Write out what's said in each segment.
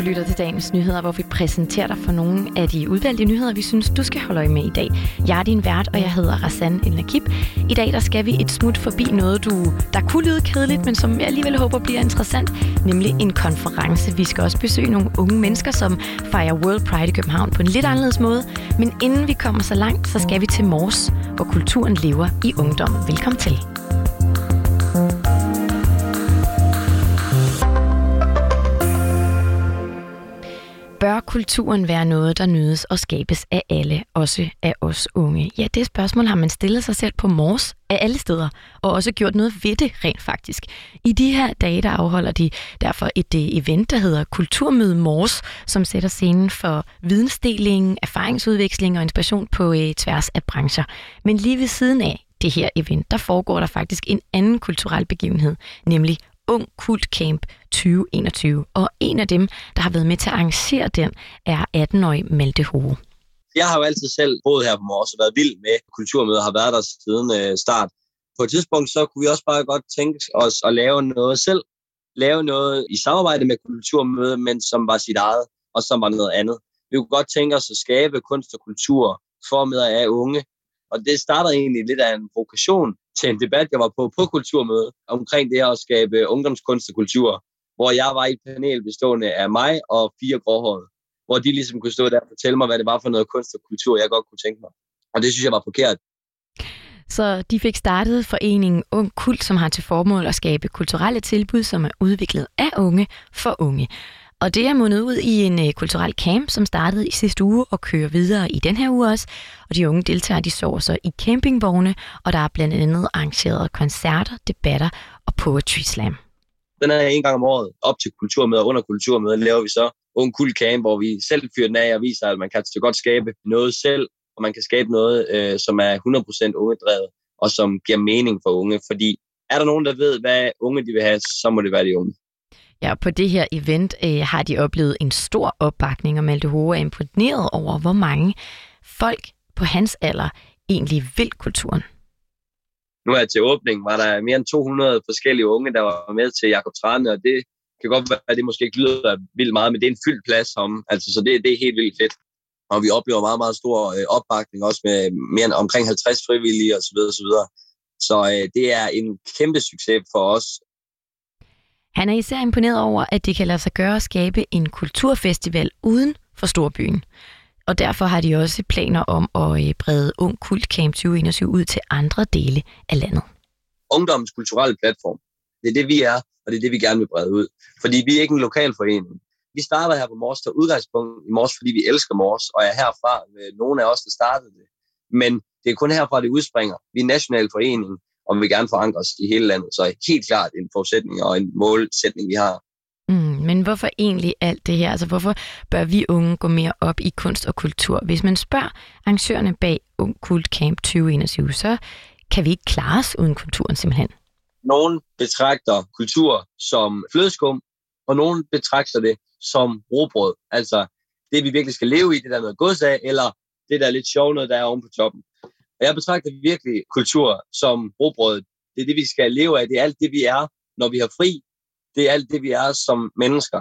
lytter til dagens nyheder, hvor vi præsenterer dig for nogle af de udvalgte nyheder, vi synes, du skal holde øje med i dag. Jeg er din vært, og jeg hedder Rassan El Nakib. I dag der skal vi et smut forbi noget, der kunne lyde kedeligt, men som jeg alligevel håber bliver interessant, nemlig en konference. Vi skal også besøge nogle unge mennesker, som fejrer World Pride i København på en lidt anderledes måde. Men inden vi kommer så langt, så skal vi til Mors, hvor kulturen lever i ungdommen. Velkommen til. Bør kulturen være noget, der nydes og skabes af alle, også af os unge? Ja, det spørgsmål har man stillet sig selv på Mors af alle steder, og også gjort noget ved det rent faktisk. I de her dage, der afholder de derfor et event, der hedder Kulturmøde Mors, som sætter scenen for vidensdeling, erfaringsudveksling og inspiration på tværs af brancher. Men lige ved siden af det her event, der foregår der faktisk en anden kulturel begivenhed, nemlig Ung Kult Camp 2021, og en af dem, der har været med til at arrangere den, er 18-årig Malte Hove. Jeg har jo altid selv boet her på Mors og været vild med kulturmøder, har været der siden start. På et tidspunkt, så kunne vi også bare godt tænke os at lave noget selv. Lave noget i samarbejde med kulturmøder, men som var sit eget, og som var noget andet. Vi kunne godt tænke os at skabe kunst og kultur formet af unge. Og det starter egentlig lidt af en provokation til en debat, jeg var på kulturmøde, omkring det at skabe ungdomskunst og kultur, hvor jeg var i et panel bestående af mig og 4 gråhårede, hvor de ligesom kunne stå der og fortælle mig, hvad det var for noget kunst og kultur, jeg godt kunne tænke mig. Og det synes jeg var forkert. Så de fik startet foreningen Ung Kult, som har til formål at skabe kulturelle tilbud, som er udviklet af unge for unge. Og det er mundet ud i en kulturel camp, som startede i sidste uge og kører videre i den her uge også. Og de unge deltagere, de sover så i campingvogne, og der er blandt andet arrangeret koncerter, debatter og poetry slam. Den er en gang om året op til kulturmøder. Under kulturmøder laver vi så Ung Kult Camp, hvor vi selv fyrer den af og viser, at man kan så godt skabe noget selv, og man kan skabe noget, som er 100% ungedrevet, og som giver mening for unge. Fordi er der nogen, der ved, hvad unge de vil have, så må det være de unge. Ja, på det her event har de oplevet en stor opbakning, og Malte Hove er imponeret over, hvor mange folk på hans alder egentlig vil kulturen. Nu her til åbningen var der mere end 200 forskellige unge, der var med til Jakob Trane, og det kan godt være, at det måske ikke lyder vildt meget, men det er en fyldt plads om. Altså, så det er helt vildt fedt. Og vi oplever meget, meget stor opbakning, også med mere end omkring 50 frivillige osv. Så det er en kæmpe succes for os. Han er især imponeret over, at det kan lade sig gøre at skabe en kulturfestival uden for storbyen. Og derfor har de også planer om at brede Ung Kult Camp 2021 ud til andre dele af landet. Ungdommens kulturelle platform, det er det, vi er, og det er det, vi gerne vil brede ud. Fordi vi er ikke en lokal forening. Vi starter her på Mors, der udgangspunkt i Mors, fordi vi elsker Mors, og er herfra med nogle af os, der startede det. Men det er kun herfra, det udspringer. Vi er en national forening, og vi vil gerne forankre os i hele landet. Så helt klart en forudsætning og en målsætning, vi har. Men hvorfor egentlig alt det her? Altså hvorfor bør vi unge gå mere op i kunst og kultur? Hvis man spørger arrangørerne bag Ung Kult Camp 2021, så kan vi ikke klare os uden kulturen simpelthen. Nogen betragter kultur som flødeskum, og nogen betragter det som rugbrød. Altså det, vi virkelig skal leve i, det der noget gods af, eller det der lidt sjov noget, der er oven på toppen. Og jeg betragter virkelig kultur som rugbrød. Det er det, vi skal leve af. Det er alt det, vi er, når vi har fri. Det er alt det, vi er som mennesker.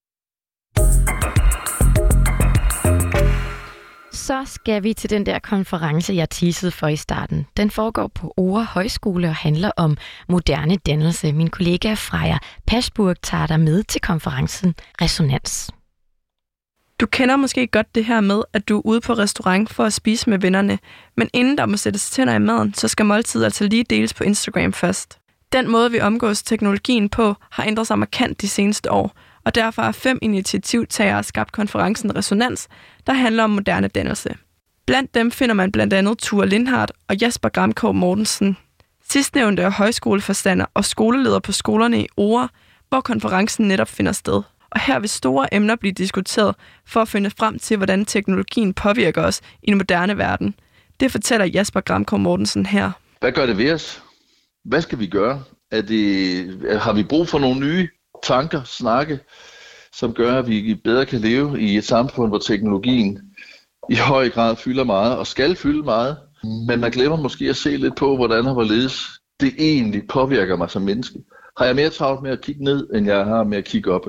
Så skal vi til den der konference, jeg teasede for i starten. Den foregår på Ore Højskole og handler om moderne dannelse. Min kollega Freja Pasburg tager dig med til konferencen Resonans. Du kender måske godt det her med, at du er ude på restaurant for at spise med vennerne, men inden der må sættes tænder i maden, så skal måltidet altså lige deles på Instagram først. Den måde, vi omgås teknologien på, har ændret sig markant de seneste år, og derfor har 5 initiativtagere skabt konferencen Resonans, der handler om moderne dannelse. Blandt dem finder man blandt andet Ture Lindhardt og Jesper Gramkov Mortensen. Sidstnævnte er højskoleforstander og skoleleder på skolerne i Ore, hvor konferencen netop finder sted. Og her vil store emner blive diskuteret for at finde frem til, hvordan teknologien påvirker os i den moderne verden. Det fortæller Jesper Gramkov Mortensen her. Hvad gør det ved os? Hvad skal vi gøre? Har vi brug for nogle nye tanker, snakke, som gør, at vi bedre kan leve i et samfund, hvor teknologien i høj grad fylder meget og skal fylde meget, men man glemmer måske at se lidt på, hvordan og hvorledes det egentlig påvirker mig som menneske. Har jeg mere travlt med at kigge ned, end jeg har med at kigge op, ikke?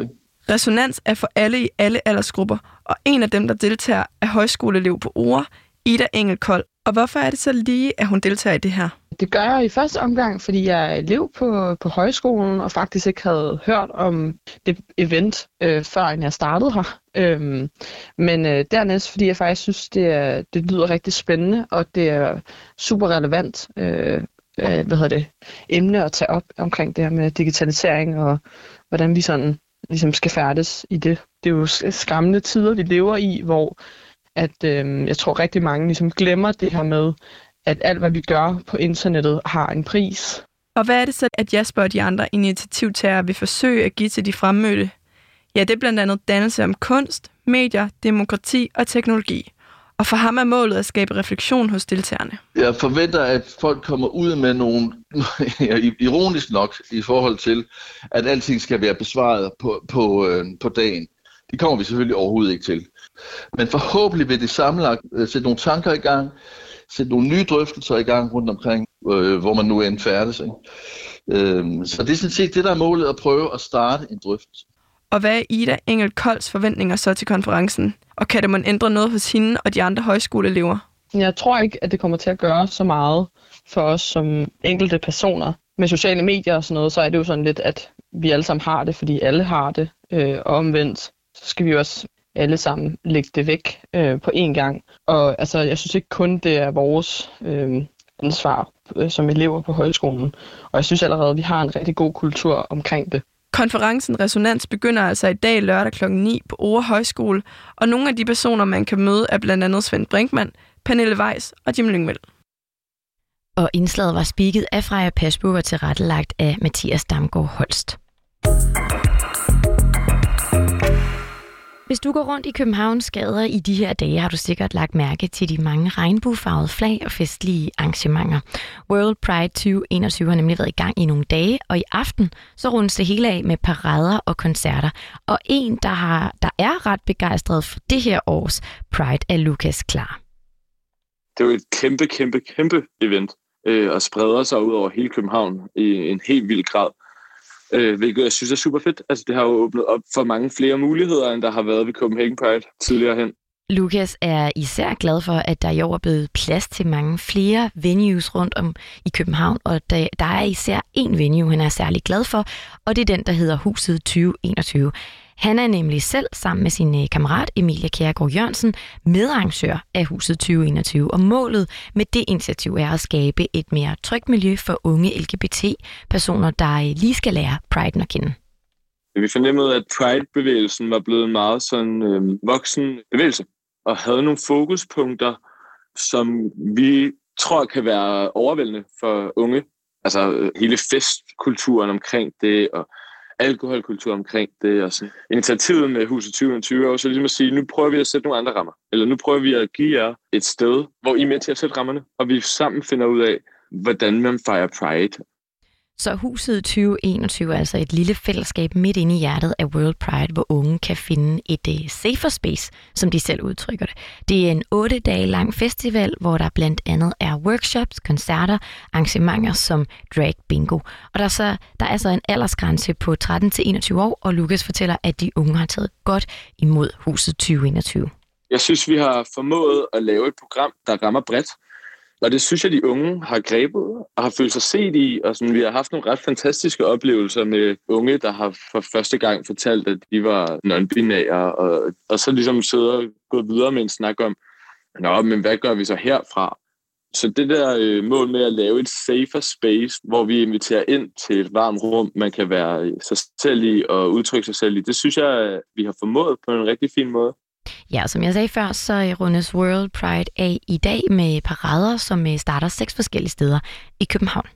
Resonans er for alle i alle aldersgrupper, og en af dem, der deltager, er højskoleelev på ORE, Ida Engelkold. Og hvorfor er det så lige, at hun deltager i det her? Det gør jeg i første omgang, fordi jeg er elev på højskolen, og faktisk ikke havde hørt om det event, før jeg startede her. Men dernæst, fordi jeg faktisk synes, det lyder rigtig spændende, og det er super relevant emne at tage op omkring det her med digitalisering, og hvordan vi sådan ligesom skal færdes i det. Det er jo skræmmende tider, vi lever i, hvor jeg tror rigtig mange ligesom glemmer det her med, at alt, hvad vi gør på internettet, har en pris. Og hvad er det så, at Jasper og de andre initiativtagere vil forsøge at give til de fremmødte? Ja, det er blandt andet dannelse om kunst, medier, demokrati og teknologi. Og for ham er målet at skabe refleksion hos deltagerne. Jeg forventer, at folk kommer ud med nogle, ironisk nok, i forhold til, at alting skal være besvaret på dagen. Det kommer vi selvfølgelig overhovedet ikke til. Men forhåbentlig vil det sammenlagt sætte nogle tanker i gang, sætte nogle nye drøftelser i gang rundt omkring, hvor man nu er færdes. Så det er sådan set det, der er målet, at prøve at starte en drøftelse. Og hvad er Ida Engelkolds forventninger så til konferencen? Og kan det man ændre noget hos hende og de andre højskoleelever? Jeg tror ikke, at det kommer til at gøre så meget for os som enkelte personer. Med sociale medier og sådan noget, så er det jo sådan lidt, at vi alle sammen har det, fordi alle har det. Og omvendt, så skal vi jo også alle sammen lægge det væk på én gang. Og altså, jeg synes ikke kun, det er vores ansvar som elever på højskolen. Og jeg synes allerede, at vi har en rigtig god kultur omkring det. Konferencen Resonans begynder altså i dag lørdag kl. 9 på Åre Højskole, og nogle af de personer, man kan møde, er blandt andet Svend Brinkmann, Pernille Weiss og Jim Lyngvild. Og indslaget var speaket af Freja Pasburg og tilrettelagt af Mathias Damgaard Holst. Hvis du går rundt i Københavns gader i de her dage, har du sikkert lagt mærke til de mange regnbuefarvede flag og festlige arrangementer. World Pride 2021 har nemlig været i gang i nogle dage, og i aften så rundes det hele af med parader og koncerter. Og en, der er ret begejstret for det her års Pride, er Lukas Klar. Det er jo et kæmpe event, og spreder sig ud over hele København i en helt vild grad. Hvilket jeg synes er super fedt. Altså, det har jo åbnet op for mange flere muligheder, end der har været ved Copenhagen Pride tidligere hen. Lukas er især glad for, at der i år er blevet plads til mange flere venues rundt om i København, og der er især én venue, han er særlig glad for, og det er den, der hedder Huset 2021. Han er nemlig selv sammen med sin kammerat Emilie Kjærgaard Jørgensen medarrangør af Huset 2021, og målet med det initiativ er at skabe et mere trygt miljø for unge LGBT-personer, der lige skal lære Pride'en at kende. Vi fornemmede, at Pride-bevægelsen var blevet en meget sådan voksen bevægelse, og havde nogle fokuspunkter, som vi tror kan være overvældende for unge. Altså hele festkulturen omkring det, og alkoholkultur omkring det, og sådan. Initiativet med Huset 2020 er jo så ligesom at sige, nu prøver vi at sætte nogle andre rammer, eller nu prøver vi at give jer et sted, hvor I er med til at sætte rammerne, og vi sammen finder ud af, hvordan man fejrer Pride. Så Huset 2021 er altså et lille fællesskab midt inde i hjertet af World Pride, hvor unge kan finde et safer space, som de selv udtrykker det. Det er en 8 dage lang festival, hvor der blandt andet er workshops, koncerter, arrangementer som drag bingo. Og der er så en aldersgrænse på 13-21 år, og Lukas fortæller, at de unge har taget godt imod Huset 2021. Jeg synes, vi har formået at lave et program, der rammer bredt. Og det synes jeg, de unge har grebet og har følt sig set i. Og sådan, vi har haft nogle ret fantastiske oplevelser med unge, der har for første gang fortalt, at de var non-binære. Og så ligesom sidder og gået videre med en snak om, men hvad gør vi så herfra? Så det der mål med at lave et safer space, hvor vi inviterer ind til et varmt rum, man kan være sig selv i og udtrykke sig selv i, det synes jeg, vi har formået på en rigtig fin måde. Ja, som jeg sagde før, så rundes World Pride af i dag med parader, som starter 6 forskellige steder i København.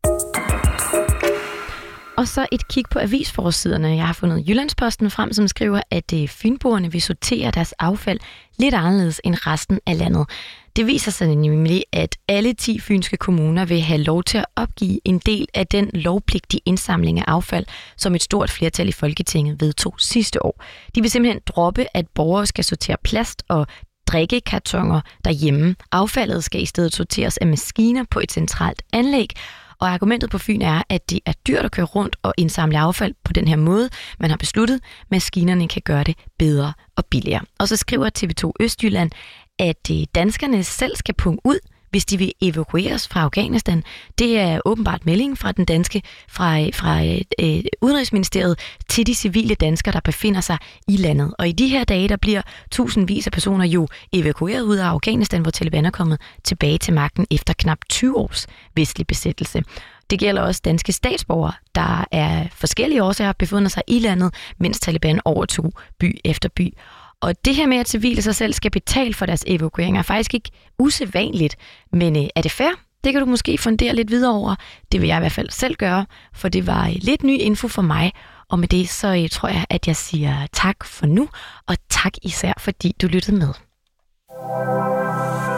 Og så et kig på avisforsiderne. Jeg har fundet Jyllandsposten frem, som skriver, at fynboerne vil sortere deres affald lidt anderledes end resten af landet. Det viser sig nemlig, at alle 10 fynske kommuner vil have lov til at opgive en del af den lovpligtige indsamling af affald, som et stort flertal i Folketinget vedtog sidste år. De vil simpelthen droppe, at borgere skal sortere plast og drikkekartoner derhjemme. Affaldet skal i stedet sorteres af maskiner på et centralt anlæg, Og argumentet på Fyn er, at det er dyrt at køre rundt og indsamle affald på den her måde. Man har besluttet, at maskinerne kan gøre det bedre og billigere. Og så skriver TV2 Østjylland, at danskerne selv skal punge ud, hvis de vil evakueres fra Afghanistan. Det er åbenbart meldingen fra den danske, fra Udenrigsministeriet til de civile danskere, der befinder sig i landet. Og i de her dage, der bliver tusindvis af personer jo evakueret ud af Afghanistan, hvor Taliban er kommet tilbage til magten efter knap 20 års vestlig besættelse. Det gælder også danske statsborgere, der er forskellige årsager befinder sig i landet, mens Taliban overtog by efter by. Og det her med, at civile sig selv skal betale for deres evakuering, er faktisk ikke usædvanligt. Men er det fair? Det kan du måske fundere lidt videre over. Det vil jeg i hvert fald selv gøre, for det var lidt ny info for mig. Og med det, så tror jeg, at jeg siger tak for nu, og tak især, fordi du lyttede med.